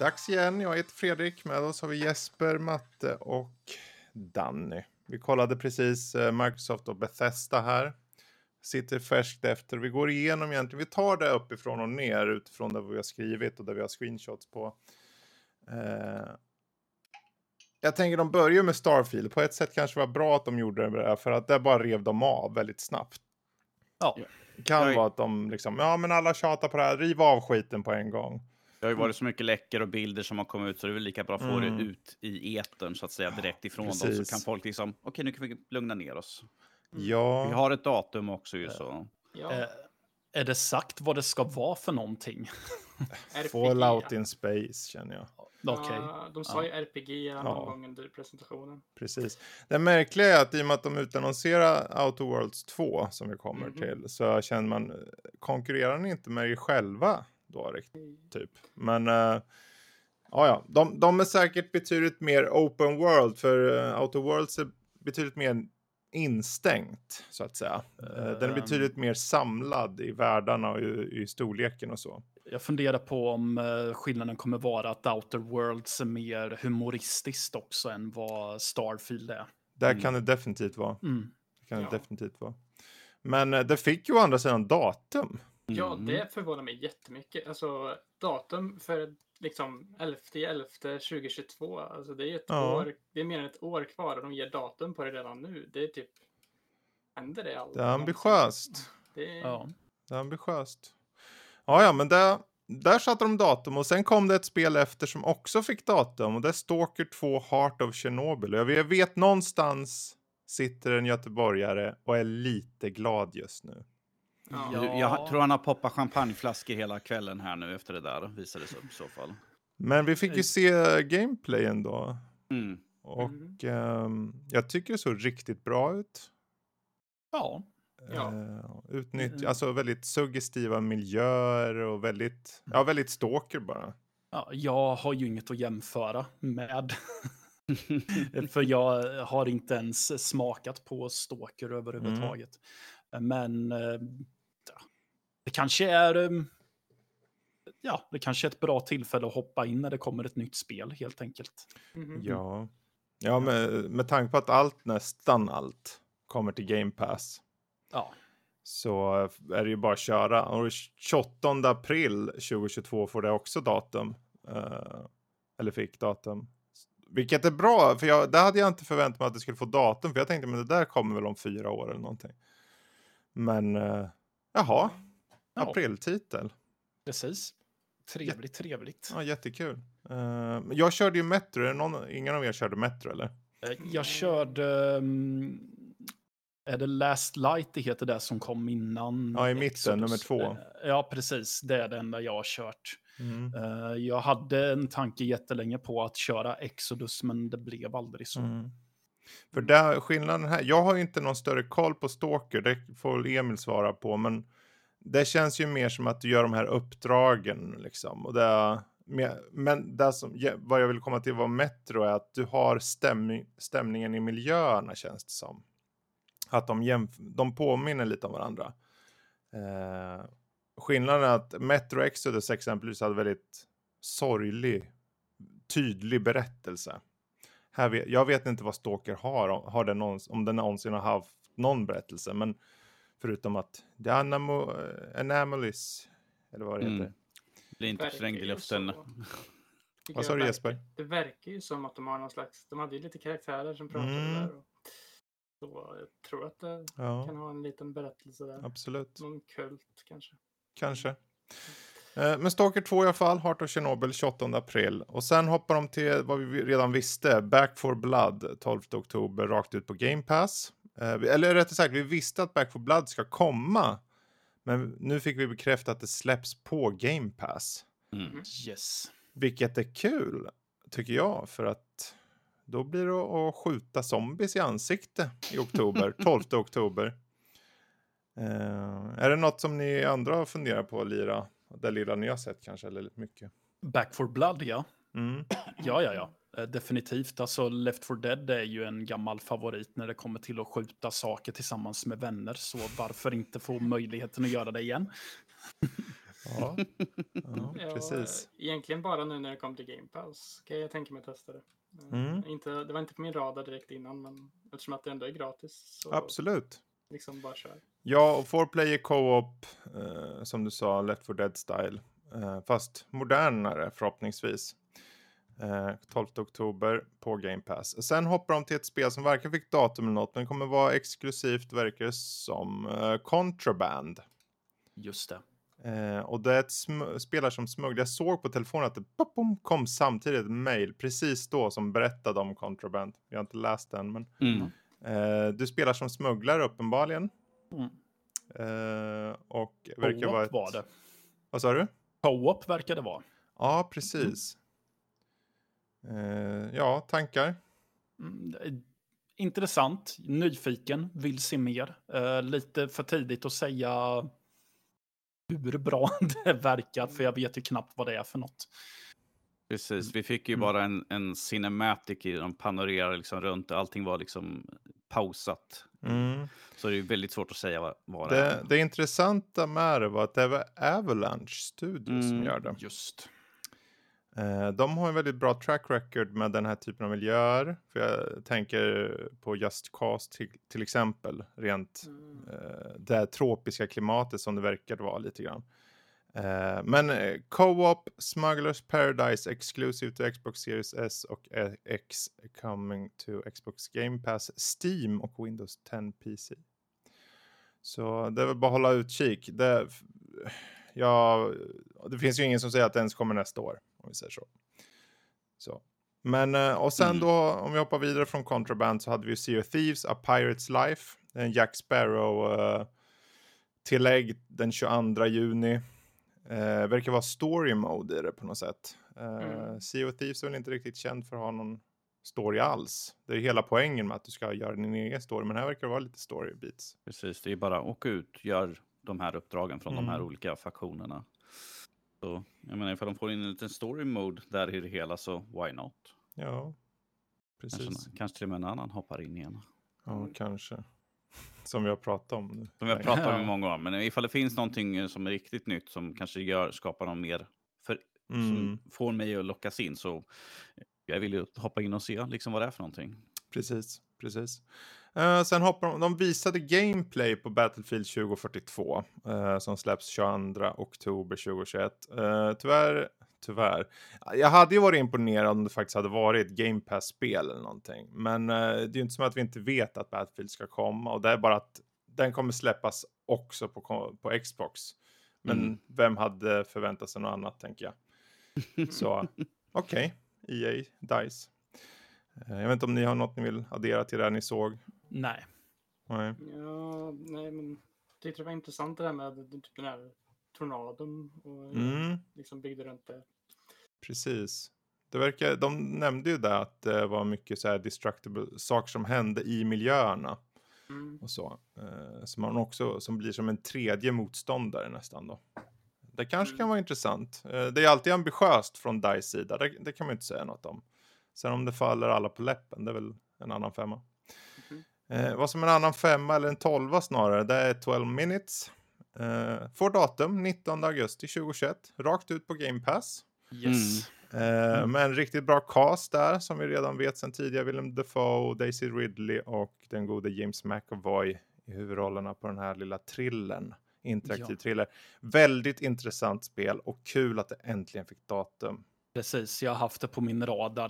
Dags igen, jag heter Fredrik, med oss har vi Jesper, Matte och Danny. Vi kollade precis Microsoft och Bethesda här. Sitter färskt efter, vi går igenom egentligen, vi tar det uppifrån och ner utifrån där vi har skrivit och där vi har screenshots på. Jag tänker de börjar med Starfield, på ett sätt kanske var bra att de gjorde det där, för att det bara rev de av väldigt snabbt. Ja. Det kan vara att de liksom, ja men alla tjatar på det här, riv av skiten på en gång. Det har ju varit så mycket läckor och bilder som har kommit ut, så det är väl lika bra att få det ut i etern så att säga, direkt ifrån dem. Så kan folk liksom, okej, nu kan vi lugna ner oss. Ja. Vi har ett datum också ju så. Ja. Är det sagt vad det ska vara för någonting? Fallout in Space känner jag. Okej. De sa ju RPG någon gång under presentationen. Precis. Det märkliga är att i och med att de utannonserar Outer Worlds 2 som vi kommer till, så känner man, konkurrerar ni inte med er själva då typ. Men ja, de är säkert betydligt mer open world, för Outer Worlds är betydligt mer instängt så att säga. Den är betydligt mer samlad i världarna och i storleken och så. Jag funderar på om skillnaden kommer vara att Outer Worlds är mer humoristiskt också än vad Starfield är. Där kan det definitivt vara. Det kan det definitivt vara. Men det fick ju å andra sidan datum. Ja, det förvånar mig jättemycket. Alltså datum för liksom 11/11/2022. Alltså det är ett år, det är mer än ett år kvar och de ger datum på det redan nu. Det är typ, händer det aldrig? Det är ambitiöst. Det är ambitiöst. Ja, men där satte de datum och sen kom det ett spel efter som också fick datum och det är Stalker 2 Heart of Chernobyl. Jag vet någonstans sitter en göteborgare och är lite glad just nu. Ja. Jag tror han har poppat champagneflaskor hela kvällen här nu efter det där, visade det sig i så fall. Men vi fick ju se gameplay ändå. Och jag tycker det såg riktigt bra ut. Ja. Alltså väldigt suggestiva miljöer och väldigt stalker bara. Ja, jag har ju inget att jämföra med. För jag har inte ens smakat på stalker överhuvudtaget. Men det kanske är det kanske är ett bra tillfälle att hoppa in när det kommer ett nytt spel helt enkelt. Ja, med tanke på att nästan allt kommer till Game Pass. Ja. Så är det ju bara att köra. Och 28 april 2022 får det också datum. Eller fick datum. Vilket är bra, för där hade jag inte förväntat mig att det skulle få datum. För jag tänkte, men det där kommer väl om 4 år eller någonting. Men, apriltitel. Precis. Trevligt. Ja, jättekul. Jag körde ju Metro. Ingen av er körde Metro, eller? Jag körde... är det Last Light det heter det som kom innan? Ja, i mitten, nummer 2. Ja, precis. Det är det enda jag har kört. Jag hade en tanke jättelänge på att köra Exodus, men det blev aldrig så. För där, skillnaden här, jag har ju inte någon större koll på Stalker, det får Emil svara på, men det känns ju mer som att du gör de här uppdragen liksom. Och men det som, vad jag vill komma till var Metro är att du har stämningen i miljöerna, känns det som. Att de påminner lite om varandra. Skillnaden är att Metro Exodus exempelvis hade väldigt sorglig, tydlig berättelse. Jag vet inte vad Stalker har den om den någonsin har haft någon berättelse, men förutom att The Anomalies, eller vad det heter. Blir inte slängd i luften. Vad sa du, Jesper? Det verkar ju som att de har någon slags, de hade ju lite karaktärer som pratade där. Så jag tror att det kan ha en liten berättelse där. Absolut. Någon kult Kanske. Men Stalker 2 i alla fall, Heart of Chernobyl 28 april. Och sen hoppar de till vad vi redan visste, Back 4 Blood 12 oktober, rakt ut på Game Pass. Eller rättare sagt, vi visste att Back 4 Blood ska komma. Men nu fick vi bekräfta att det släpps på Game Pass. Yes. Vilket är kul, tycker jag, för att då blir det att skjuta zombies i ansikte i oktober, 12 oktober. Är det något som ni andra funderar på att lira? Det lilla ni har sett kanske, eller lite mycket? Back 4 Blood, ja. Ja. Definitivt. Alltså Left 4 Dead är ju en gammal favorit när det kommer till att skjuta saker tillsammans med vänner. Så varför inte få möjligheten att göra det igen? Precis. Egentligen bara nu när det kom till Game Pass kan jag tänka mig att testa det. Det var inte på min radar direkt innan, men eftersom att det ändå är gratis så Absolut. liksom bara kör. Ja, och 4-player co-op, som du sa, Left 4 Dead style. Fast modernare förhoppningsvis. 12 oktober på Game Pass. Sen hoppar de till ett spel som varken fick datum eller något, men kommer vara exklusivt, verkar det som, Contraband. Just det. Och det är ett spelare som smugglade. Jag såg på telefonen att det kom samtidigt ett mail precis då som berättade om Contraband. Jag har inte läst den, men du spelar som smugglare uppenbarligen. Och verkar vara ett... var det. Vad sa du? Co-op verkar det vara. Ja, precis. Ja, tankar? Intressant, nyfiken, vill se mer. Lite för tidigt att säga hur bra det verkar, för jag vet ju knappt vad det är för något. Precis, vi fick ju bara en cinematic i de panorerar liksom runt, allting var liksom pausat. Så det är ju väldigt svårt att säga vad det är. Det intressanta med det var att det var Avalanche Studios som gör det. Just. De har en väldigt bra track record med den här typen av miljöer. För jag tänker på Just Cause till exempel. Rent det tropiska klimatet som det verkar vara lite grann. Men Co-op, Smugglers Paradise exclusive to Xbox Series S och X coming to Xbox Game Pass, Steam och Windows 10 PC. Så det är väl bara att hålla utkik. Det finns ju ingen som säger att det ens kommer nästa år, om vi säger så. Men, och sen då, om vi hoppar vidare från Contraband, så hade vi Sea of Thieves, A Pirate's Life, en Jack Sparrow-tillägg den 22 juni. Verkar vara story mode i det på något sätt. Sea of Thieves är väl inte riktigt känd för att ha någon story alls. Det är hela poängen med att du ska göra din egen story, men här verkar det vara lite story beats. Precis, det är bara att åka ut, gör de här uppdragen från de här olika faktionerna. Så jag menar, ifall de får in en liten story mode där i det hela, så why not? Ja, precis. Kanske till och med en annan hoppar in igen. Ja, kanske. Som vi har pratat om. Som vi har pratat om i många år. Men ifall det finns någonting som är riktigt nytt som kanske skapar någon mer som får mig att lockas in, så jag vill ju hoppa in och se liksom vad det är för någonting. Precis. Sen de visade gameplay på Battlefield 2042 som släpps 22 oktober 2021. Tyvärr. Jag hade ju varit imponerad om det faktiskt hade varit ett Game Pass-spel eller någonting. Men det är ju inte som att vi inte vet att Battlefield ska komma. Och det är bara att den kommer släppas också på Xbox. Men vem hade förväntat sig något annat, tänker jag. Så, okej. EA, DICE. Jag vet inte om ni har något ni vill addera till det ni såg. Nej. Ja, nej, men jag tyckte det var intressant det här med typ den här tornadon och liksom byggde runt det. Precis. De nämnde ju där att det var mycket så här destructible saker som hände i miljöerna. Och så. Som blir som en tredje motståndare nästan då. Det kanske kan vara intressant. Det är alltid ambitiöst från DICE sida. Det kan man inte säga något om. Sen om det faller alla på läppen, det är väl en annan femma. Vad som är en annan femma eller en 12 snarare, det är 12 minutes. Får datum 19 augusti 2021. Rakt ut på Game Pass. Yes. Med en riktigt bra cast där, som vi redan vet sedan tidigare. Willem Dafoe, Daisy Ridley och den gode James McAvoy i huvudrollerna på den här lilla thrillern. Interaktiv thriller. Väldigt intressant spel och kul att det äntligen fick datum. Precis, jag har haft det på min radar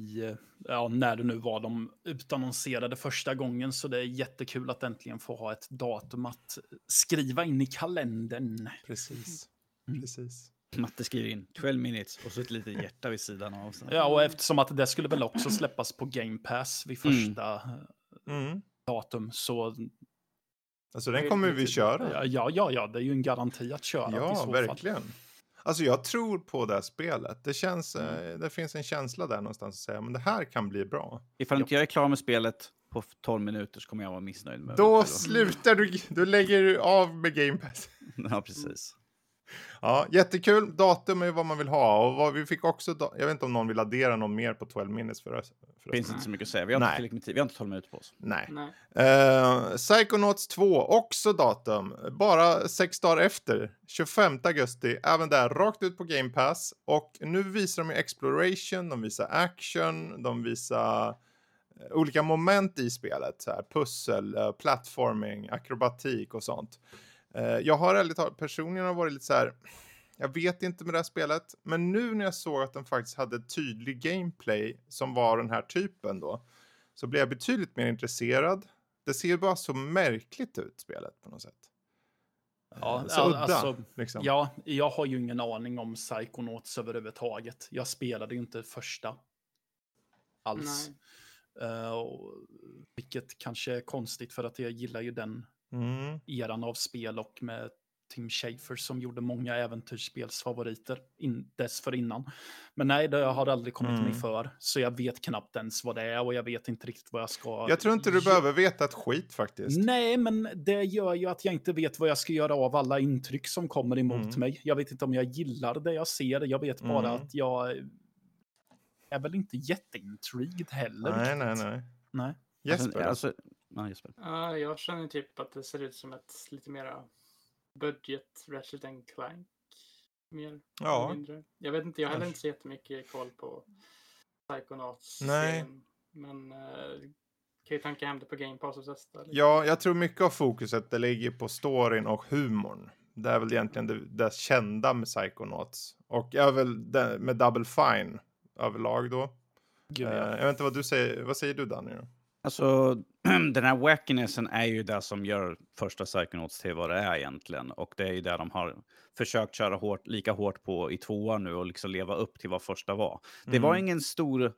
när det nu var de utannonserade första gången, så det är jättekul att äntligen få ha ett datum att skriva in i kalendern. Precis. Matte skriver in 12 minutes och så ett litet hjärta vid sidan av. Ja, och eftersom att det skulle väl också släppas på Game Pass vid första datum, så... Alltså den kommer vi köra. Ja, det är ju en garanti att köra. Ja, verkligen. Alltså jag tror på det här spelet. Det känns, det finns en känsla där någonstans att säga, men det här kan bli bra. Ifall inte jag är klar med spelet på 12 minuter så kommer jag vara missnöjd med det. Då slutar du lägger av med Game Pass. Ja, precis. Ja, jättekul. Datum är vad man vill ha. Och vad vi fick också, jag vet inte om någon vill addera någon mer på 12 minutes för oss. Det finns inte så mycket att säga. Vi har inte tillräckligt med tid. Vi har inte 12 minuter på oss. Nej. Nej. Psychonauts 2, också datum. Bara 6 dagar efter. 25 augusti. Även där, rakt ut på Game Pass. Och nu visar de ju exploration, de visar action, de visar olika moment i spelet. Så här, pussel, platforming, akrobatik och sånt. Jag har ärligt talat personligen varit lite så här, jag vet inte med det här spelet, men nu när jag såg att den faktiskt hade tydlig gameplay som var den här typen då, så blev jag betydligt mer intresserad. Det ser bara så märkligt ut, spelet på något sätt. Ja, så udda, alltså, liksom. ja, jag har ju ingen aning om Psychonauts överhuvudtaget. Jag spelade ju inte första alls. Vilket kanske är konstigt för att jag gillar ju den eran av spel och med Tim Schafer som gjorde många äventyrsspelsfavoriter dessförinnan. Men nej, det har aldrig kommit mig för. Så jag vet knappt ens vad det är och jag vet inte riktigt vad jag ska... Jag tror inte du behöver veta ett skit faktiskt. Nej, men det gör ju att jag inte vet vad jag ska göra av alla intryck som kommer emot mig. Jag vet inte om jag gillar det jag ser. Jag vet bara att jag är väl inte jätteintrigued heller. Nej. Jesper. Jesper. Jag känner typ att det ser ut som ett lite mera budget Ratchet & Clank. Mer eller mindre. Jag vet inte, jag har heller inte så jättemycket koll på Psychonauts. Nej. Men kan ju tanka hem det på Game Pass och testa. Liksom. Ja, jag tror mycket av fokuset det ligger på storyn och humorn. Det är väl egentligen det kända med Psychonauts. Och är väl det med Double Fine överlag då. Jag vet inte vad du säger. Vad säger du, Danny? Alltså, den här wackinessen är ju det som gör första Psychonauts till vad det är egentligen. Och det är ju där de har försökt köra lika hårt på i 2 nu och liksom leva upp till vad första var. Det var ingen stor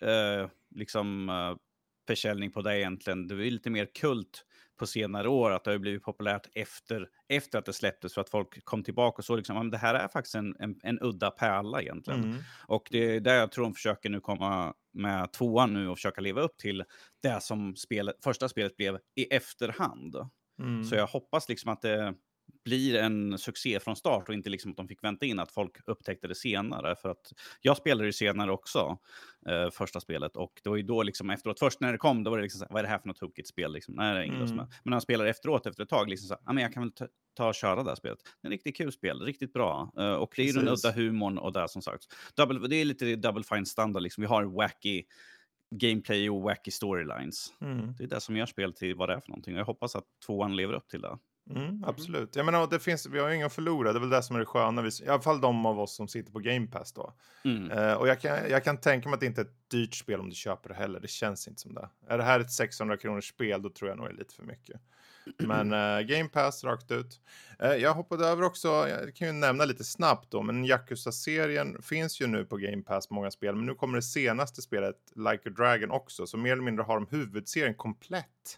försäljning på det egentligen. Det var lite mer kult på senare år att det har blivit populärt efter att det släpptes för att folk kom tillbaka och så liksom, det här är faktiskt en udda pärla egentligen. Och det är där jag tror de försöker nu komma med 2 nu och försöka leva upp till det som första spelet blev i efterhand. Så jag hoppas liksom att det blir en succé från start och inte liksom att de fick vänta in att folk upptäckte det senare. För att jag spelade det senare också, första spelet. Och det var ju då liksom efteråt, först när det kom, då var det liksom så här, vad är det här för något tokigt spel? Liksom? Nej, det är inget men när man spelar efteråt, efter ett tag, liksom så här, men jag kan väl ta och köra det här spelet. Det är en riktigt kul spel, riktigt bra. Och det är ju den udda humorn och där som sagt. Det är lite Double Fine standard, liksom. Vi har wacky gameplay och wacky storylines. Det är det som gör spel till vad det är för någonting. Och jag hoppas att 2:an lever upp till det. Absolut. Jag menar, vi har ju inga förlorare. Det är väl det som är det sköna. I alla fall de av oss som sitter på Game Pass då. Och jag kan tänka mig att det inte är ett dyrt spel om du köper det heller. Det känns inte som det. Är det här ett 600 kronors spel, då tror jag nog det är lite för mycket. Men Game Pass rakt ut. Jag hoppade över också, jag kan ju nämna lite snabbt då, men Yakuza-serien finns ju nu på Game Pass många spel. Men nu kommer det senaste spelet, Like a Dragon också. Så mer eller mindre har de huvudserien komplett.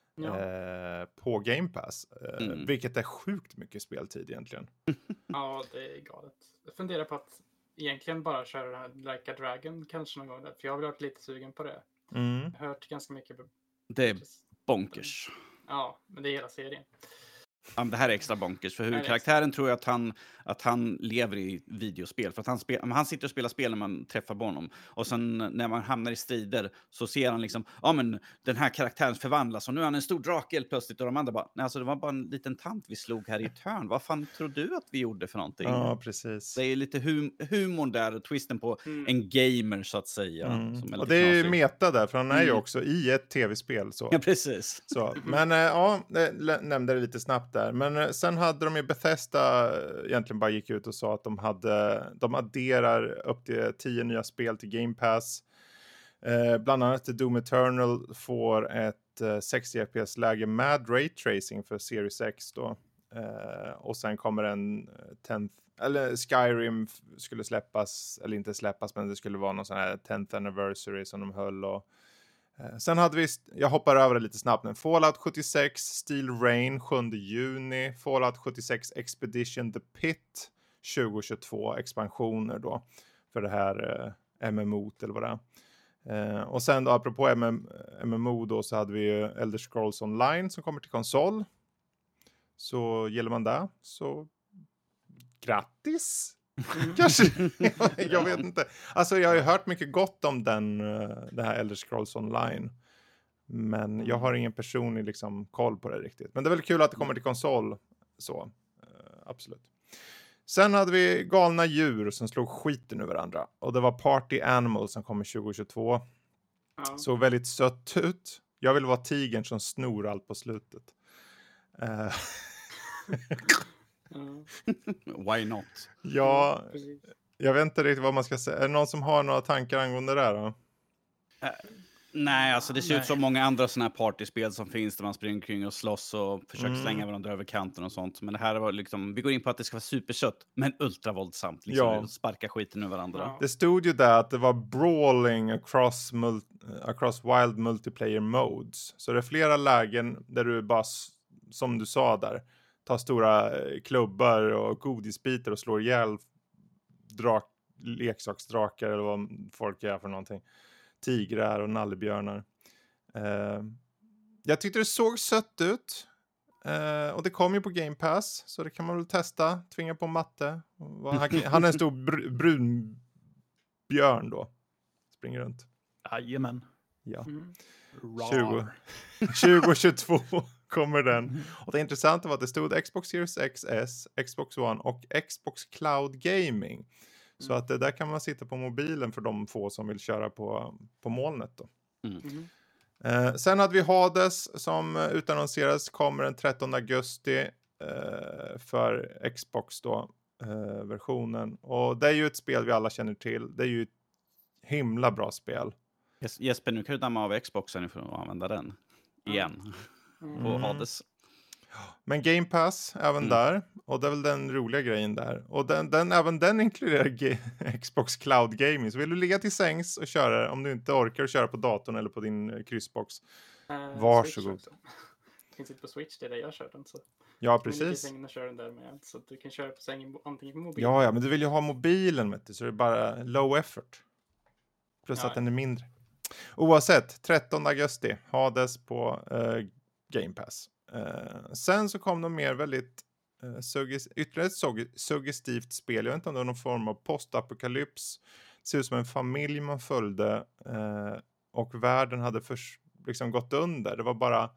På Game Pass. Vilket är sjukt mycket speltid egentligen. Ja, det är galet. Jag funderar på att egentligen bara köra den här Like a Dragon kanske någon gång där. För jag har varit lite sugen på det. Jag har hört ganska mycket. Det är bonkers. Ja, men det är hela serien. Ja, det här är extra bonkers. För huvudkaraktären tror jag att han lever i videospel. För att han sitter och spelar spel när man träffar på honom. Och sen när man hamnar i strider så ser han liksom, men den här karaktären förvandlas. Och nu är han en stor drake helt plötsligt. Och de andra bara, nej, alltså det var bara en liten tant vi slog här i ett hörn. Vad fan tror du att vi gjorde för någonting? Ja, precis. Det är lite humorn där och twisten på en gamer så att säga. Som är och det är ju meta där, för han är ju också i ett tv-spel. Så. Ja, precis. Så. Men nämnde det lite snabbt där. Men sen hade de ju Bethesda egentligen bara gick ut och sa att de adderar upp till 10 nya spel till Game Pass. Bland annat Doom Eternal får ett 60 FPS-läge med Ray Tracing för Series X då. Och sen kommer Skyrim skulle släppas, eller inte släppas, men det skulle vara någon sån här 10th anniversary som de höll. Och sen hade vi, jag hoppar över det lite snabbt nu, Fallout 76, Steel Rain 7 juni, Fallout 76 Expedition The Pit 2022, expansioner då för det här MMO eller vad det är. Och sen då apropå MMO då, så hade vi ju Elder Scrolls Online som kommer till konsol. Så gillar man det så grattis. Kanske, jag vet inte. Alltså jag har ju hört mycket gott om det här Elder Scrolls Online. Men jag har ingen personlig liksom koll på det riktigt. Men det är väl kul att det kommer till konsol. Så, absolut. Sen hade vi galna djur som slog skiten ur varandra. Och det var Party Animal som kom i 2022. Ja. Såg väldigt sött ut. Jag vill vara tigern som snor allt på slutet. Why not? Ja, Precis. jag vet inte riktigt vad man ska säga. Är det någon som har några tankar angående det där då? Nej, alltså det ser ut som många andra sådana här partyspel som finns där man springer kring och slåss och försöker slänga varandra över kanten och sånt. Men det här var liksom, vi går in på att det ska vara supersött, men ultravåldsamt. Liksom, Ja. sparka skiten ur varandra. Ja. Det stod ju där att det var brawling across wild multiplayer modes. Så det är flera lägen där du bara, som du sa där, tar stora klubbar och godisbitar och slår ihjäl leksaksdrakar eller vad folk är för någonting. Tigrar och nallebjörnar. Jag tyckte det såg sött ut. Och det kom ju på Game Pass. Så det kan man väl testa. Tvinga på matte. Han är en stor brun björn då. Springer runt. Jajamän. Ja. Mm. 2022 kommer den. Och det intressanta var att det stod Xbox Series XS, Xbox One och Xbox Cloud Gaming. Så att det där kan man sitta på mobilen för de få som vill köra på molnet då. Sen hade vi Hades som utannonserades, kommer den 13 augusti för Xbox då, versionen. Och det är ju ett spel vi alla känner till. Det är ju ett himla bra spel. Jesper, nu kan du damma av Xboxen för att använda den igen. På Hades. Men Game Pass även där. Och det är väl den roliga grejen där. Och även den inkluderar Xbox Cloud Gaming. Så vill du ligga till sängs och köra det, om du inte orkar köra på datorn eller på din kryssbox. Varsågod. Det finns inte på Switch, det är där jag kör den. Så Ja, du kan ligga i precis. sängen och köra den där med. Så att du kan köra på sängen antingen på mobilen. Ja, men du vill ju ha mobilen, vet du, så det är bara low effort. Plus att den är mindre. Oavsett, 13 augusti. Hades på Game Pass. Sen så kom de mer väldigt ytterligare ett suggestivt spel. Jag vet inte om det var någon form av postapokalyps. Det ser ut som en familj man följde. Och världen hade liksom gått under. Det var bara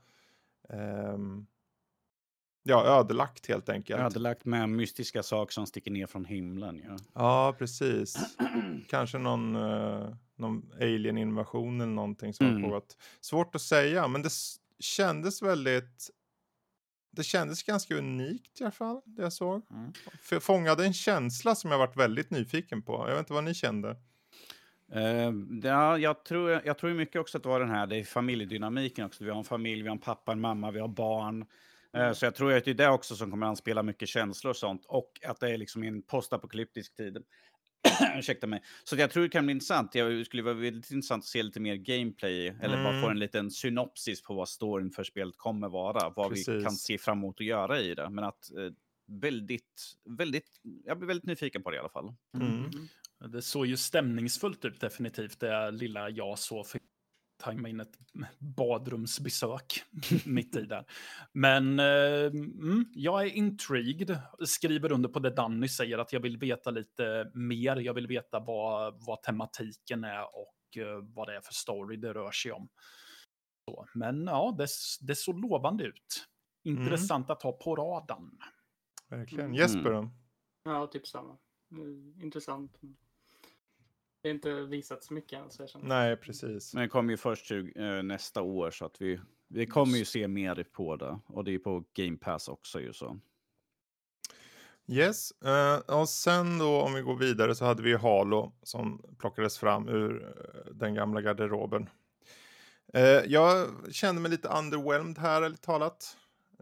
ödelagt helt enkelt. Ödelagt med mystiska saker som sticker ner från himlen. Ja, Ja, precis. Kanske någon alien-invasion eller någonting som har pågått. Svårt att säga, men det kändes ganska unikt i alla fall, det jag såg. Fångade en känsla som jag varit väldigt nyfiken på. Jag vet inte vad ni kände. Jag tror ju mycket också att det var det är familjedynamiken också. Vi har en familj, vi har en pappa, en mamma, vi har barn. Så jag tror att det är det också som kommer att anspela mycket känslor och sånt. Och att det är liksom i en postapokalyptisk tid. Ursäkta mig. Så jag tror det kan bli intressant. Det skulle vara väldigt intressant att se lite mer gameplay. Eller bara få en liten synopsis på vad storyn för spelet kommer vara. Vad vi kan se fram emot att göra i det. Men att jag blir väldigt nyfiken på det i alla fall. Det såg ju stämningsfullt ut definitivt, det lilla jag såg. För tajma in ett badrumsbesök mitt i där. Men jag är intrigued. Skriver under på det Danny säger, att jag vill veta lite mer. Jag vill veta vad tematiken är och vad det är för story det rör sig om. Så, men ja, det såg lovande ut. Intressant att ha på radarn. Verkligen. Jesper då? Ja, typ samma. Intressant. Det är inte visat så mycket än. Så Nej, precis. Men det kommer ju först nästa år, så att vi kommer ju se mer på det. Och det är på Game Pass också ju så. Yes, och sen då om vi går vidare så hade vi Halo som plockades fram ur den gamla garderoben. Jag kände mig lite underwhelmed här, eller talat.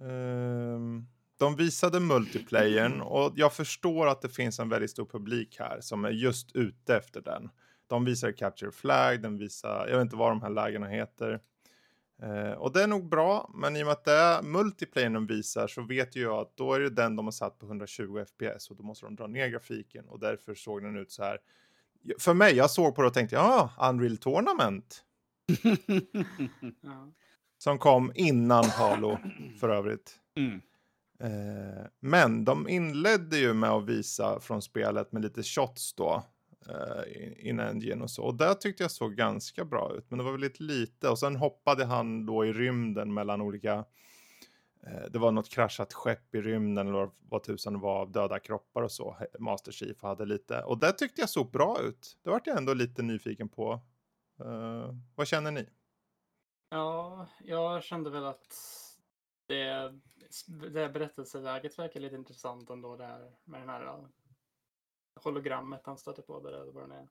De visade multiplayern och jag förstår att det finns en väldigt stor publik här som är just ute efter den. De visar Capture Flag, jag vet inte vad de här lägena heter. Och det är nog bra, men i och med att det är multiplayern de visar så vet ju jag att då är det den de har satt på 120 fps och då måste de dra ner grafiken och därför såg den ut så här. För mig, jag såg på det och tänkte, Unreal Tournament. Som kom innan Halo för övrigt. Men de inledde ju med att visa från spelet med lite shots då. In Engine och så. Och där tyckte jag såg ganska bra ut. Men det var väldigt lite. Och sen hoppade han då i rymden mellan olika... det var något kraschat skepp i rymden. Eller vad tusan var av döda kroppar och så. Master Chief hade lite. Och där tyckte jag såg bra ut. Det var jag ändå lite nyfiken på. Vad känner ni? Ja, jag kände väl att det berättelseläget verkar lite intressant ändå där med den här hologrammet han stöter på där eller vad den är.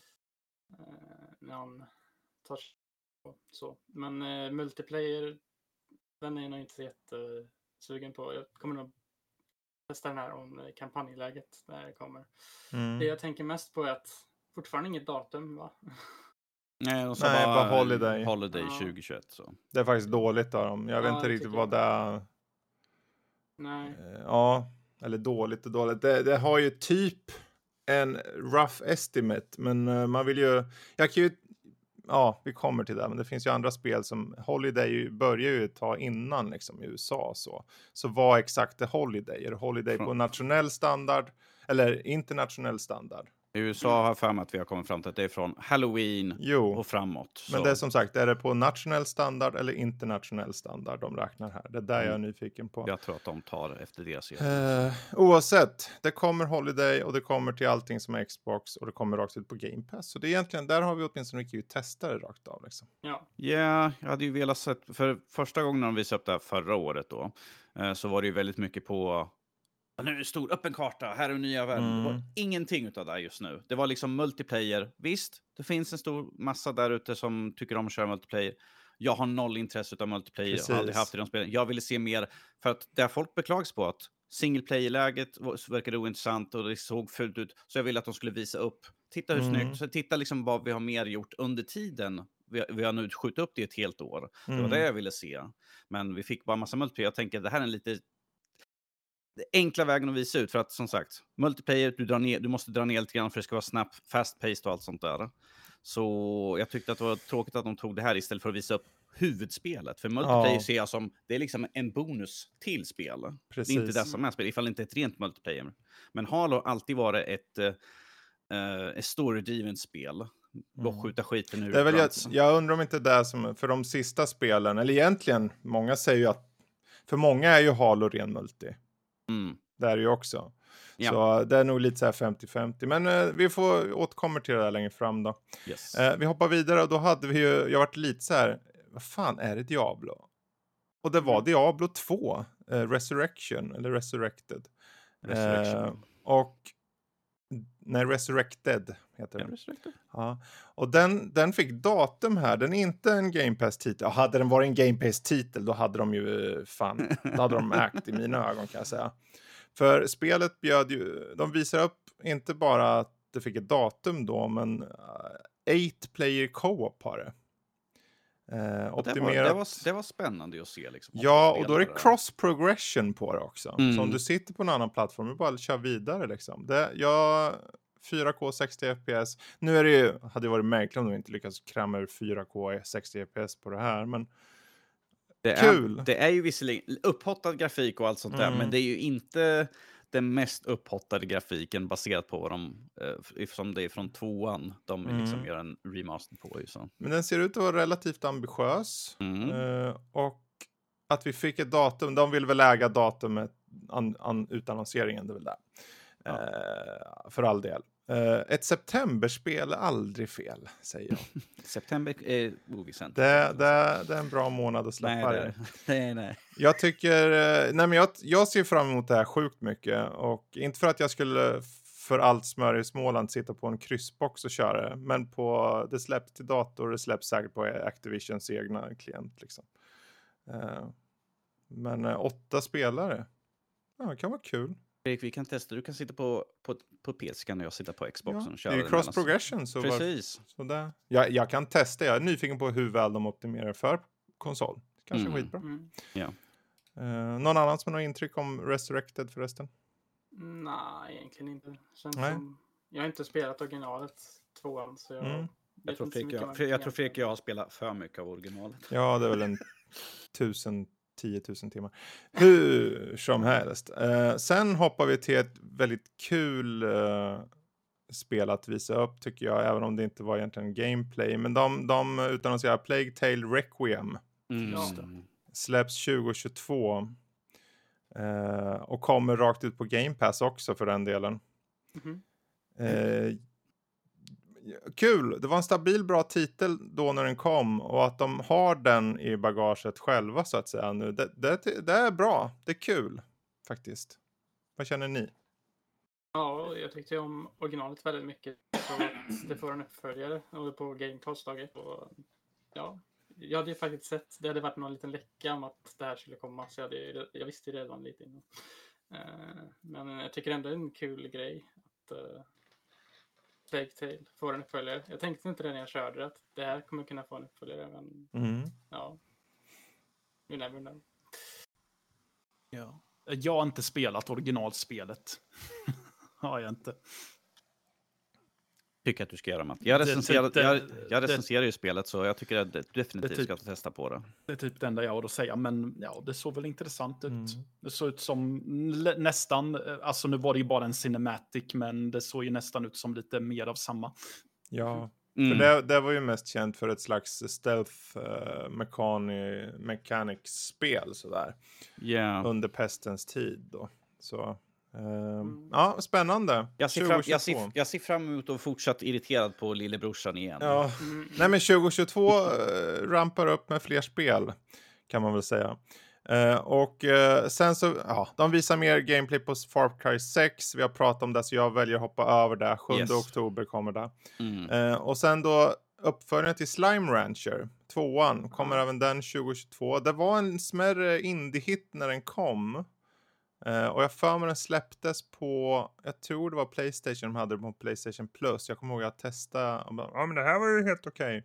När han tar sig på så. Men multiplayer, den är jag nog inte så jättesugen på. Jag kommer nog testa den här om kampanjläget när det kommer. Det jag tänker mest på är att fortfarande inget datum, va? Nej, och så Nej, bara Holiday. Holiday 2021 så. Det är faktiskt dåligt av dem. Jag vet inte riktigt vad det är. Nej. Ja, eller dåligt och dåligt. Det har ju typ en rough estimate. Men man vill ju... Jag kan ju... Ja, vi kommer till det. Men det finns ju andra spel som... Holiday börjar ju ta innan liksom, i USA. Så vad exakt är Holiday? Är det Holiday på nationell standard? Eller internationell standard? I USA har för mig att vi har kommit fram till att det är från Halloween och framåt. Så. Men det är som sagt, är det på nationell standard eller internationell standard de räknar här? Det är där jag är nyfiken på. Jag tror att de tar efter deras oavsett, det kommer Holiday och det kommer till allting som är Xbox och det kommer rakt ut på Game Pass. Så det är egentligen, där har vi åtminstone mycket ju testare rakt av. Liksom. Ja, jag hade ju velat sett, för första gången de visade upp det här förra året då, så var det ju väldigt mycket på... Nu är det en stor öppen karta, här är nya världen. Det var ingenting utav det just nu. Det var liksom multiplayer. Visst, det finns en stor massa där ute som tycker om att köra multiplayer. Jag har noll intresse av multiplayer. Precis. Jag har aldrig haft det i de spelen. Jag ville se mer, för att det folk beklagas på att single player-läget verkade ointressant och det såg fult ut. Så jag ville att de skulle visa upp. Titta hur snyggt. Så titta liksom vad vi har mer gjort under tiden. Vi har nu skjutit upp det ett helt år. Det var det jag ville se. Men vi fick bara massa multiplayer. Jag tänker att det här är en lite... enkla vägen att visa ut, för att som sagt multiplayer, du måste dra ner lite grann för att det ska vara snabbt, fast-paced och allt sånt där. Så jag tyckte att det var tråkigt att de tog det här istället för att visa upp huvudspelet. För multiplayer ser jag som, det är liksom en bonus till spel. Precis. Det är inte det som är spel, ifall det inte är ett rent multiplayer. Men Halo har alltid varit ett story-driven spel. Och skjuta skiten ur. Det är väl jag undrar om inte det är som, för de sista spelen, eller egentligen, många säger ju att, för många är ju Halo ren multi. Det är det ju också. Ja. Så det är nog lite så här 50-50. Men vi får återkomma till det där längre fram då. Yes. Vi hoppar vidare och då hade vi ju, jag varit lite så här, vad fan är det Diablo? Och det var Diablo 2, Resurrection, eller Resurrected. Resurrected heter den. Ja. Och den fick datum här. Den är inte en Game Pass-titel. Hade den varit en Game Pass-titel, då hade de ju då hade de ägt i mina ögon, kan jag säga. För spelet bjöd ju, de visar upp inte bara att det fick ett datum då, men 8-player co-op har det. Optimerat. Det var spännande att se. Liksom, ja, och då är det cross-progression på det också. Så om du sitter på en annan plattform, du bara kör vidare. Liksom. 4K 60 FPS. Nu är det ju, hade det varit märkligt om de inte lyckats kramma ur 4K 60 FPS på det här. Men kul! Det är ju visserligen upphottad grafik och allt sånt där, men det är ju inte den mest upphottade grafiken baserat på vad som det är från 2an. De liksom gör en remaster på. Så. Men den ser ut att vara relativt ambitiös. Och att vi fick ett datum. De vill väl äga datumet utannonseringen, det är väl det. För all del. Ett septemberspel är aldrig fel, säger jag. September är oväsentligt. Det är en bra månad att släppa det. Nej. Jag tycker... jag ser fram emot det här sjukt mycket. Och inte för att jag skulle för allt smör i Småland sitta på en kryssbox och köra det. Men det släpps till dator, det släpps säkert på Activisions egna klient. Liksom. Men 8 spelare. Ja, det kan vara kul. Vi kan testa. Du kan sitta på PC, kan jag sitta på Xboxen och köra. Det är ju cross progression. Så precis. Jag kan testa. Jag är nyfiken på hur väl de optimerar för konsol. Kanske skitbra. Ja. Någon annan som har intryck om Resurrected förresten? Nej, egentligen inte. Jag har inte spelat originalet 2an, så jag tror Fredrik och jag har spelat för mycket av originalet. Ja, det är väl 1000 10 000 timmar. Hur som helst. Sen hoppar vi till ett väldigt kul spel att visa upp tycker jag. Även om det inte var egentligen gameplay. Men de utannonserar Plague Tale Requiem. Släpps 2022. Och kommer rakt ut på Game Pass också för den delen. Kul, det var en stabil bra titel då när den kom. Och att de har den i bagaget själva så att säga nu. Det är bra, det är kul faktiskt. Vad känner ni? Ja, jag tyckte om originalet väldigt mycket. Så att det får en uppföljare och på Game Pass-daget. Och ja, jag hade ju faktiskt sett, det hade varit någon liten läcka om att det här skulle komma. Så jag visste ju redan lite innan. Men jag tycker ändå det är en kul grej att Plague Tale får en uppföljare. Jag tänkte inte det när jag körde att det här kommer kunna få en uppföljare. Men ja, you never know. Ja. Jag har inte spelat originalspelet. Har jag inte. Tycker att du ska göra, Matt. Jag recenserar ju spelet så jag tycker att du definitivt ska testa på det. Det är typ det enda jag har att säga, men ja, det såg väl intressant ut. Det såg ut som nästan, alltså nu var det ju bara en cinematic, men det såg ju nästan ut som lite mer av samma. Ja, för det var ju mest känt för ett slags stealth mechanics-spel sådär. Yeah. Under pestens tid då. Så... ja, spännande. Jag ser fram emot att fortsatt irriterad på lillebrorsan igen. Ja. Nej, men 2022 rampar upp med fler spel kan man väl säga. Och sen så, ja, de visar mer gameplay på Far Cry 6. Vi har pratat om det så jag väljer att hoppa över det. 7 oktober kommer det. Och sen då uppföljningen till Slime Rancher 2:an kommer även den 2022. Det var en smärre indie-hit när den kom. Och jag för mig den släpptes på, jag tror det var PlayStation, de hade det på PlayStation Plus. Jag kommer ihåg att testa och bara, ja men det här var ju helt okej.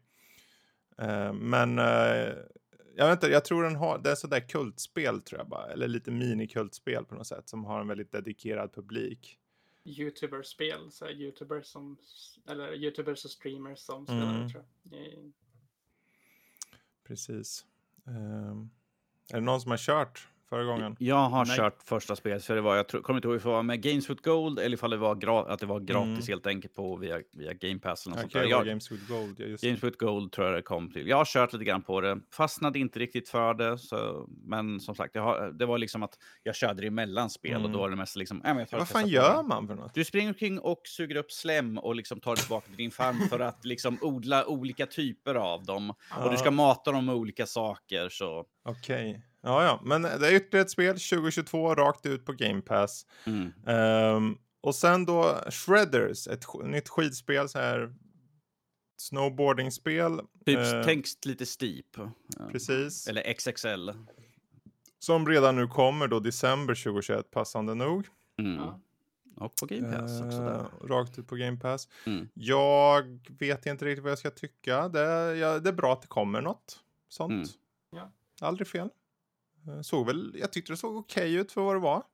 Men jag vet inte, jag tror det är sådär kultspel tror jag bara. Eller lite mini-kultspel på något sätt som har en väldigt dedikerad publik. YouTuber-spel, så YouTubers och streamers som spelar tror jag. Precis. Är det någon som har kört förra gången? Jag har kört första spelet, för det var, jag kommer inte ihåg if det var med Games with Gold eller ifall det var att det var gratis helt enkelt på via Game Pass eller något sånt där. Games with Gold, Games with Gold tror jag det kom till. Jag har kört lite grann på det, fastnade inte riktigt för det, så, men som sagt, det var liksom att jag körde det emellan spel och då var det mest liksom... vad fan gör man för något? Du springer omkring och suger upp slem och liksom tar tillbaka till din farm för att liksom odla olika typer av dem. Och du ska mata dem med olika saker, så... Okej. Ja, men det är ytterligare ett spel 2022 rakt ut på Game Pass. Och sen då Shredders, ett nytt skidspel så här snowboardingspel. Typ tänk lite Steep. Precis. Eller XXL. Som redan nu kommer då december 2021 passande nog. Och på Game Pass också där. Rakt ut på Game Pass. Jag vet inte riktigt vad jag ska tycka. Det är bra att det kommer något sånt. Aldrig fel. Jag tyckte det såg okej ut för vad det var.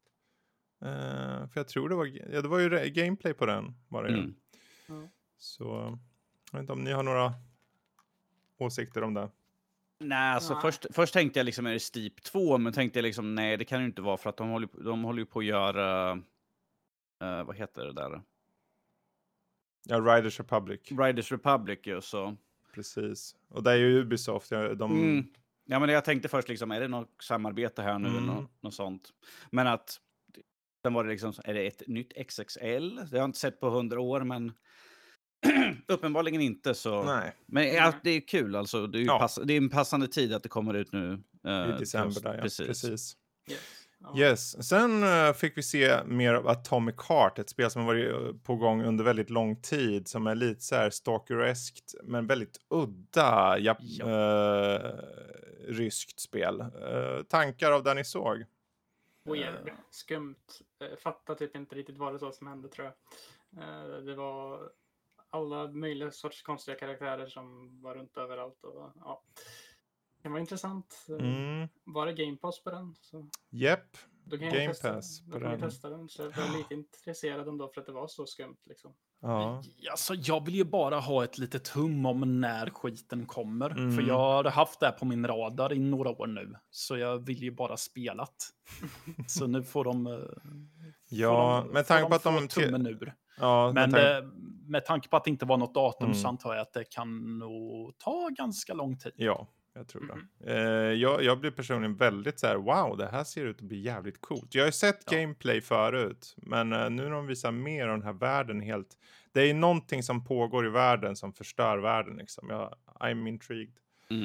För jag tror det var ju gameplay på den. Var det ju. Så jag vet inte om ni har några åsikter om det. Nej, alltså först tänkte jag liksom, är det Steep 2? Men tänkte jag liksom, nej det kan ju inte vara för att de håller ju på att göra vad heter det där? Ja, Riders Republic. Riders Republic ju, så. Precis. Och det är ju Ubisoft. Ja, men jag tänkte först liksom, är det något samarbete här nu eller något sånt? Men att sen var det liksom, är det ett nytt XXL? Det har jag inte sett på 100 år, men uppenbarligen inte så. Nej. Men det är kul alltså. Det är en passande tid att det kommer ut nu. I december där, ja. Precis. Yes. Yes. Sen fick vi se mer av Atomic Heart, ett spel som har varit på gång under väldigt lång tid, som är lite så här stalkereskt men väldigt udda ryskt spel. Tankar av det ni såg? Weird, skumt. Fattar typ inte riktigt vad det så som hände tror jag. Det var alla möjliga sorts konstiga karaktärer som var runt överallt och ja. Det var intressant. Var det Game Pass på den? Japp. Då kan jag testa den. Så jag var lite intresserad ändå för att det var så skumt liksom. Ja. Alltså, jag vill ju bara ha ett litet hum om när skiten kommer. Mm. För jag har haft det här på min radar i några år nu. Så jag vill ju bara spelat. Så nu får de... Med tanke på att de... tummen ur. Ja, Men med tanke på att det inte var något datum så antar jag att det kan nog ta ganska lång tid. Ja, jag tror det. Jag blir personligen väldigt så här, wow, det här ser ut att bli jävligt coolt. Jag har ju sett gameplay förut, men nu när de visar mer av den här världen helt... Det är någonting som pågår i världen som förstör världen liksom. I'm intrigued.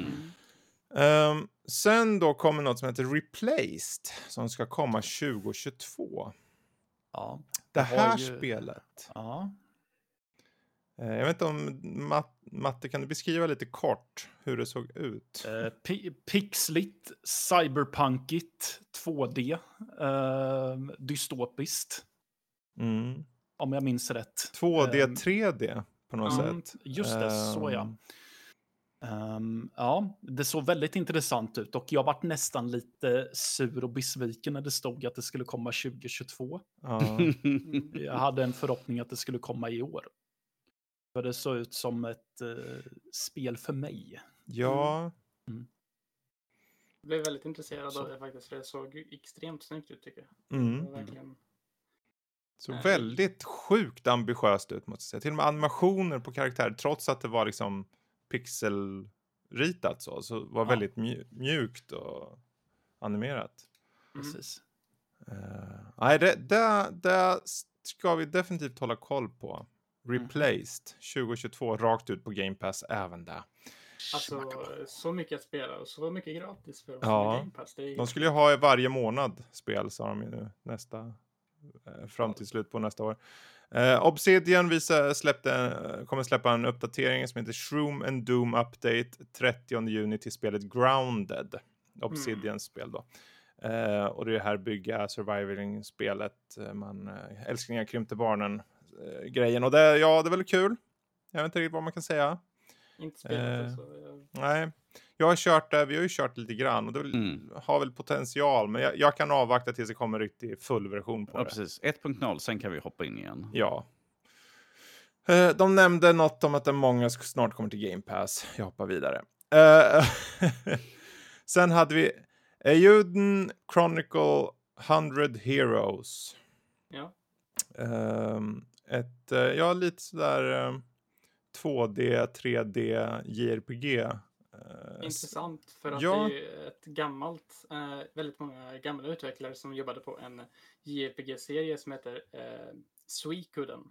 Sen då kommer något som heter Replaced som ska komma 2022. Ja. Det här spelet. Ja. Jag vet inte om Matte, kan du beskriva lite kort hur det såg ut? Pixligt, cyberpunkigt, 2D, dystopiskt. Om jag minns rätt. 2D, 3D på något sätt. Just det, så ja. Ja, det såg väldigt intressant ut och jag varit nästan lite sur och besviken när det stod att det skulle komma 2022. Jag hade en förhoppning att det skulle komma i år. För det såg ut som ett spel för mig. Ja. Jag blev väldigt intresserad av det faktiskt, för det såg extremt snyggt ut tycker jag. Verkligen... Så väldigt sjukt ambitiöst ut måste jag säga. Till och med animationer på karaktärer, trots att det var liksom pixelritat så var väldigt mjukt och animerat. Precis. Nej, det ska vi definitivt hålla koll på. Replaced 2022, rakt ut på Game Pass även där. Alltså, så mycket att spela och så mycket gratis för Game Pass. De skulle ju ha varje månad spel, sa de ju nu, fram till slut på nästa år. Obsidian kommer släppa en uppdatering som heter Shroom and Doom Update 30 juni till spelet Grounded. Obsidians spel då. Och det är här bygga surviving-spelet. Älsklingar krympte barnen grejen. Och det är väldigt kul. Jag vet inte riktigt vad man kan säga. Inte spelat Nej. Jag har kört det, vi har ju kört lite grann och det har väl potential, men jag kan avvakta tills det kommer riktigt full version på det. Precis, 1.0, sen kan vi hoppa in igen. Ja. De nämnde något om att den många snart kommer till Game Pass. Jag hoppar vidare. Sen hade vi Eiyuden Chronicle 100 Heroes. Ja. Lite sådär 2D, 3D, JRPG. Intressant, för att det är ju ett gammalt, väldigt många gamla utvecklare som jobbade på en JRPG-serie som heter Suikoden.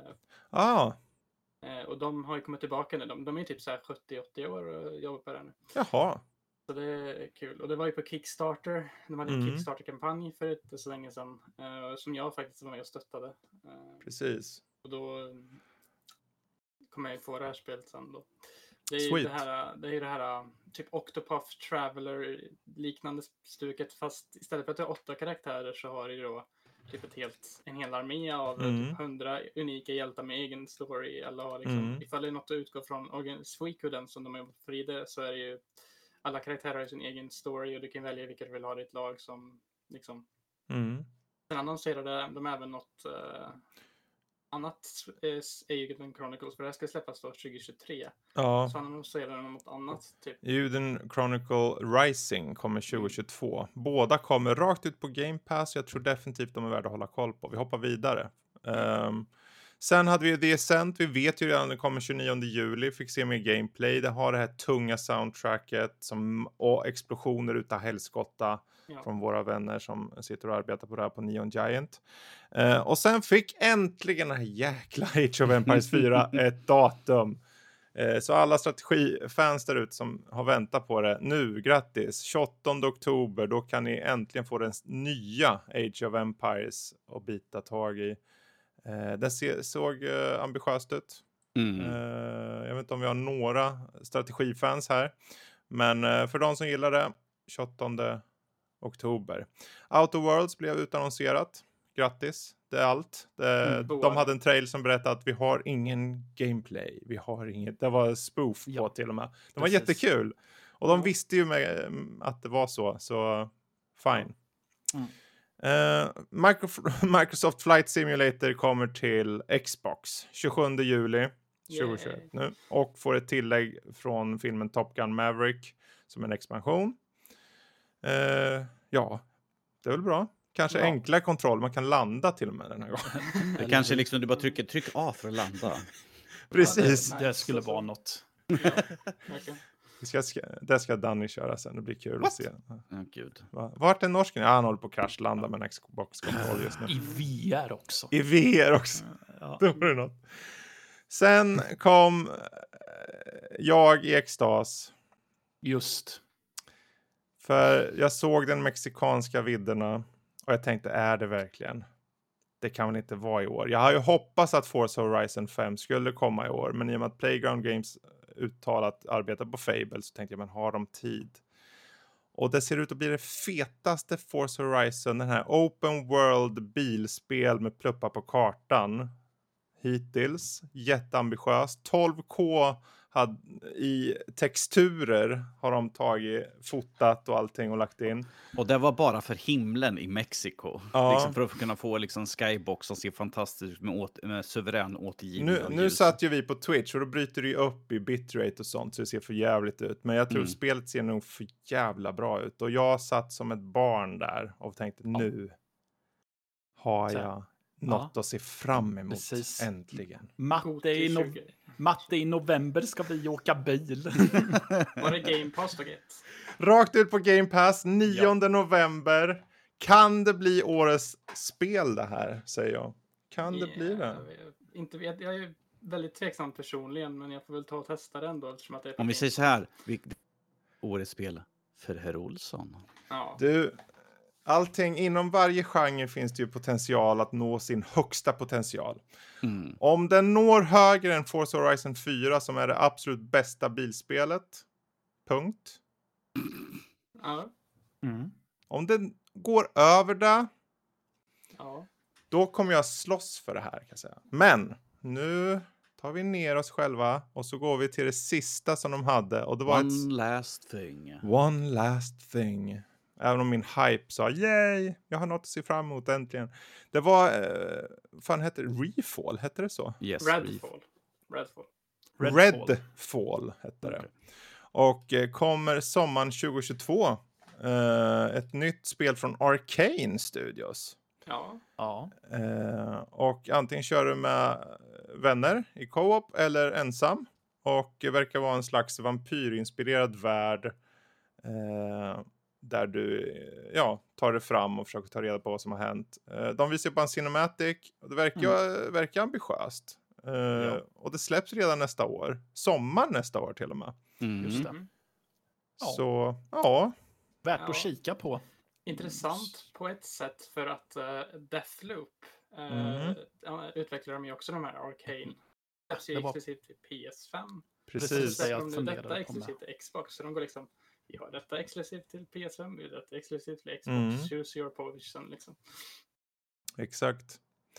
Och de har ju kommit tillbaka nu. De är ju typ så här 70-80 år och jobbar på det nu. Jaha. Så det är kul. Och det var ju på Kickstarter. De hade en Kickstarter-kampanj för inte så länge sedan. Som jag faktiskt var med och stöttade. Precis. Och då kommer jag få det här spelet sen då. Det är ju det här typ Octopath Traveler liknande stuket, fast istället för att det är 8 karaktärer så har det då typ en hel armé av typ 100 unika hjältar med egen story. Alla har liksom, ifall det är något att utgå från Suikoden som de har gjort för det, så är det ju alla karaktärer har sin egen story och du kan välja vilka du vill ha i ditt lag som liksom. Sen annonserade de även något annat Eiyuden Chronicles, för det här ska släppas då 2023. Ja. Så annonserade de något annat typ. Eiyuden Chronicle Rising kommer 2022. Båda kommer rakt ut på Game Pass. Jag tror definitivt de är värda att hålla koll på. Vi hoppar vidare. Sen hade vi The Ascent. Vi vet ju redan att det kommer 29 juli. Fick se mer gameplay. Det har det här tunga soundtracket och explosioner utav helskotta från våra vänner som sitter och arbetar på det här på Neon Giant. Och sen fick äntligen den här jäkla Age of Empires 4 ett datum. Så alla strategifans där ute som har väntat på det nu, grattis. 28 oktober, då kan ni äntligen få den nya Age of Empires och bita tag i. Den såg ambitiöst ut. Jag vet inte om vi har några strategifans här. Men för de som gillar det, 28 oktober. Outer Worlds blev utannonserat. Grattis, det är allt. De hade en trail som berättade att vi har ingen gameplay. Vi har inget. Det var spoof på till och med. Det var jättekul. Och de visste ju att det var så fine. Microsoft Flight Simulator kommer till Xbox 27 juli 2021 nu. Och får ett tillägg från filmen Top Gun Maverick som en expansion. Ja, det är väl bra. Kanske enklare kontroll. Man kan landa till och med den här gången. Det kanske liksom du bara tryck A för att landa. Precis. Ja, det skulle vara något. Ja, verkligen. Det ska Danny köra sen. Det blir kul att se. Gud. Vart är norsken? Ja, han håller på att kraschlanda med en Xbox-kontroll just nu. I VR också. I VR också. Ja. Då var det något. Sen kom jag i extas. Just. För jag såg den mexikanska vidderna. Och jag tänkte, är det verkligen? Det kan väl inte vara i år. Jag har ju hoppats att Forza Horizon 5 skulle komma i år. Men i och med att Playground Games uttalat arbetar på Fable så tänkte jag, men har de tid? Och det ser ut att bli det fetaste Forza Horizon. Den här open world bilspel med pluppar på kartan. Hittills. Jätteambitiöst. 12K i texturer har de fotat och allting och lagt in. Och det var bara för himlen i Mexiko. Ja. Liksom för att kunna få liksom skybox som ser fantastiskt med suverän återgivning av Nu ljus. satt ju vi på Twitch och då bryter det ju upp i bitrate och sånt så det ser för jävligt ut. Men jag tror spelet ser nog för jävla bra ut. Och jag satt som ett barn där och tänkte nu har jag något att se fram emot. Precis. Äntligen. Matte i november ska vi åka bil. Var det Game Pass då, Gett? Rakt ut på Game Pass 9 november. Kan det bli årets spel det här, säger jag. Kan det bli det? Inte vet. Jag är väldigt tveksam personligen, men jag får väl ta och testa det ändå. Eftersom att det är Om vi säger så här, årets spel för herr Olsson. Ja. Du, allting inom varje genre finns det ju potential att nå sin högsta potential. Om den når högre än Forza Horizon 4 som är det absolut bästa bilspelet. Punkt. Ja. Om den går över det. Ja. Då kommer jag slåss för det här kan jag säga. Men nu tar vi ner oss själva och så går vi till det sista som de hade. Och det var One last thing. Även om min hype sa, yay, jag har något att se fram emot äntligen. Det var, fan hette det? Refall, hette det så? Yes, Redfall hette det. Och kommer sommaren 2022. Ett nytt spel från Arcane Studios. Ja. Och antingen kör du med vänner i co-op eller ensam. Och det verkar vara en slags vampyrinspirerad värld. Där du tar det fram och försöker ta reda på vad som har hänt. De visar på en cinematic. Och det verkar ambitiöst. Och det släpps redan nästa år. Sommar nästa år till och med. Just det. Så, ja. Värt att kika på. Intressant på ett sätt för att Deathloop utvecklar de ju också de här Arcane. Det är exklusivt till PS5. Precis. Detta exklusivt till Xbox. Så de går liksom, vi har detta exklusivt till PS5, vi har detta exklusivt till Xbox. Choose your position liksom. Exakt.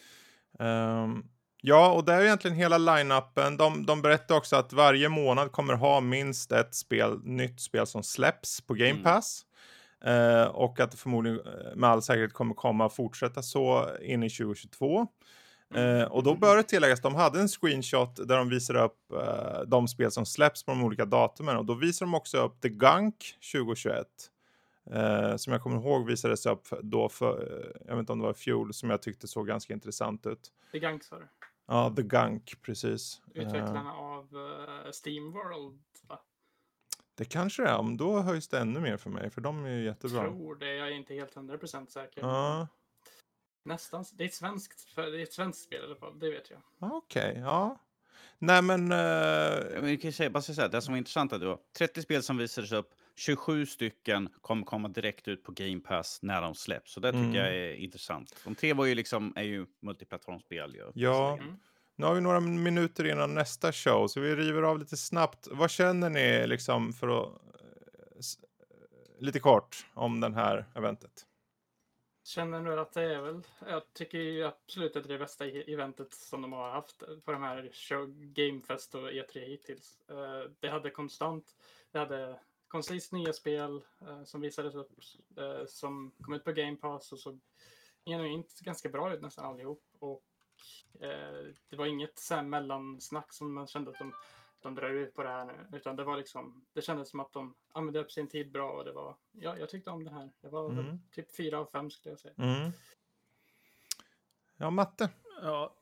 Ja, och det är egentligen hela line-upen. De berättar också att varje månad kommer ha minst ett nytt spel som släpps på Game Pass. Och att det förmodligen med all säkerhet kommer fortsätta så in i 2022. Och då bör det tilläggas, de hade en screenshot där de visar upp de spel som släpps på de olika datumen. Och då visar de också upp The Gunk 2021. Som jag kommer ihåg visades upp då jag vet inte om det var i fjol, som jag tyckte såg ganska intressant ut. The Gunk sa du? Ja, The Gunk, precis. Utvecklarna av SteamWorld, va? Det kanske är, om då höjs det ännu mer för mig, för de är ju jättebra. Jag tror det, jag är inte helt 100% säker. Ja. Nästan, det är ett svenskt spel i alla fall, det vet jag. Okej, ja. Nej men... Vi kan säga, det som var intressant är att det var 30 spel som visades upp, 27 stycken kommer komma direkt ut på Game Pass när de släpps. Så det tycker jag är intressant. De 3 var ju är ju multiplattformsspel. Ja, nu har vi några minuter innan nästa show, så vi river av lite snabbt. Vad känner ni liksom för att... lite kort om den här eventet? Känner nu att det är väl, jag tycker ju absolut att det är det bästa eventet som de har haft på de här Gamefest och E3 hittills. Det hade konstant koncist nya spel som visades upp, som kom ut på Game Pass och så genuint ganska bra ut nästan allihop. Och det var inget så här mellansnack som man kände att de drar ut på det här nu. Utan det var liksom, det kändes som att de använde upp sin tid bra och det var, jag tyckte om det här. Det var väl typ 4 av 5 skulle jag säga. Mm. Ja, Matte. Ja,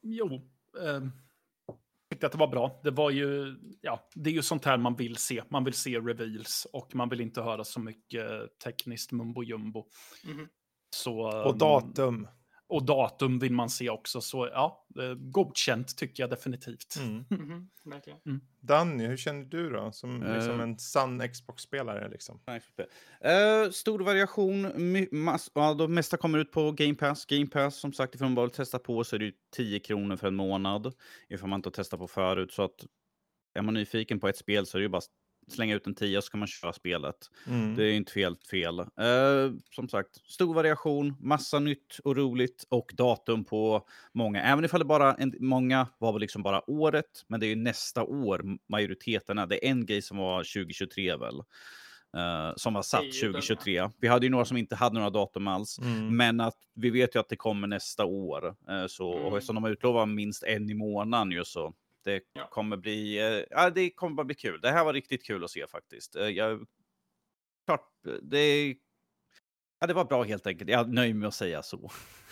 tyckte att det var bra. Det var ju, det är ju sånt här man vill se. Man vill se reveals och man vill inte höra så mycket tekniskt mumbo jumbo. Så, Och datum. Och datum vill man se också. Så ja, godkänt tycker jag definitivt. Verkligen. Danny, hur känner du då? Som liksom en sann Xbox-spelare liksom. Stor variation. Det mesta kommer ut på Game Pass. Game Pass, som sagt, ifall man bara vill testa på så är det ju 10 kronor för en månad. Ifall man inte har testat på förut. Så att är man nyfiken på ett spel så är det ju bara slänga ut en 10 så kan man köra spelet. Det är ju inte helt fel. Som sagt, stor variation, massa nytt och roligt och datum på många. Även ifall det bara många var väl liksom bara året, men det är ju nästa år majoriteten är. Det är en grej som var 2023 väl. Som var satt 2023. Vi hade ju några som inte hade några datum alls. Men att vi vet ju att det kommer nästa år. Och eftersom de har utlovat minst en i månaden ju så. Det kommer bli, det kommer bara bli kul. Det här var riktigt kul att se faktiskt. Det var bra helt enkelt. Jag nöjer mig med att säga så.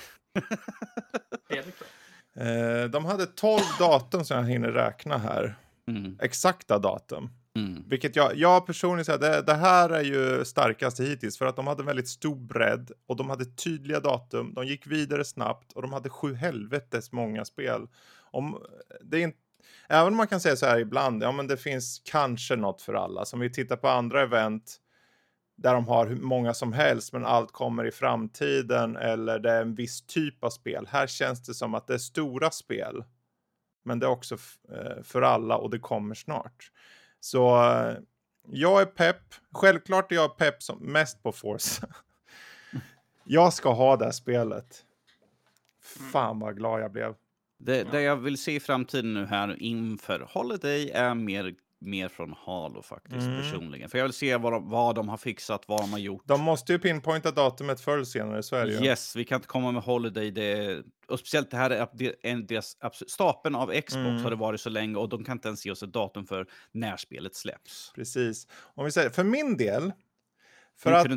De hade 12 datum som jag hinner räkna här. Exakta datum. Vilket jag personligen säger, det här är ju starkaste hittills. För att de hade väldigt stor bredd. Och de hade tydliga datum. De gick vidare snabbt. Och de hade 7 helvetes många spel. Även om man kan säga så här ibland, men det finns kanske något för alla. Som vi tittar på andra event där de har hur många som helst men allt kommer i framtiden eller det är en viss typ av spel. Här känns det som att det är stora spel men det är också för alla och det kommer snart. Så jag är pepp. Självklart är jag pepp som mest på Forza. Jag ska ha det här spelet. Fan vad glad jag blev. Det jag vill se i framtiden nu här inför Holiday är mer från Halo faktiskt personligen. För jag vill se vad de har fixat, vad de har gjort. De måste ju pinpointa datumet förr eller senare, så är det ju. Yes, vi kan inte komma med Holiday. Och speciellt det här är deras stapeln av Xbox har det varit så länge och de kan inte ens ge oss ett datum för när spelet släpps. Precis. Om vi säger, för min del, för att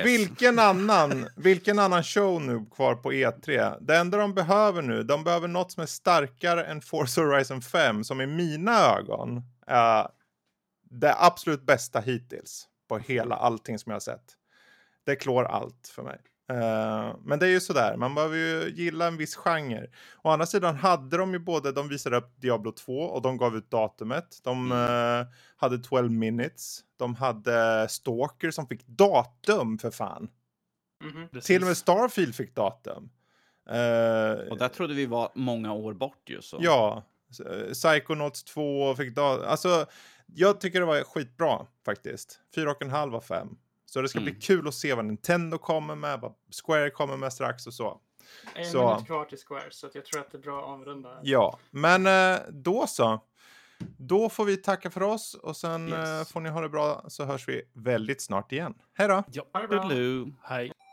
vilken annan show nu kvar på E3? Det enda de behöver nu, de behöver något som är starkare än Forza Horizon 5 som i mina ögon är det absolut bästa hittills på hela allting som jag har sett. Det klår allt för mig. Men det är ju sådär, man behöver ju gilla en viss genre. Å andra sidan hade de ju de visade upp Diablo 2 och de gav ut datumet. De hade 12 minutes. De hade Stalker som fick datum för fan. Till och med Starfield fick datum. Och där trodde vi var många år bort ju så. Ja, Psychonauts 2 fick datum. Alltså, jag tycker det var skitbra faktiskt. 4,5 av 5. Så det ska bli kul att se vad Nintendo kommer med, vad Square kommer med strax och så. En minut kvar till Square, så jag tror att det är bra att avrunda. Ja, men då så. Då får vi tacka för oss och sen får ni ha det bra så hörs vi väldigt snart igen. Hej då! Ja. Ha det bra. Hej!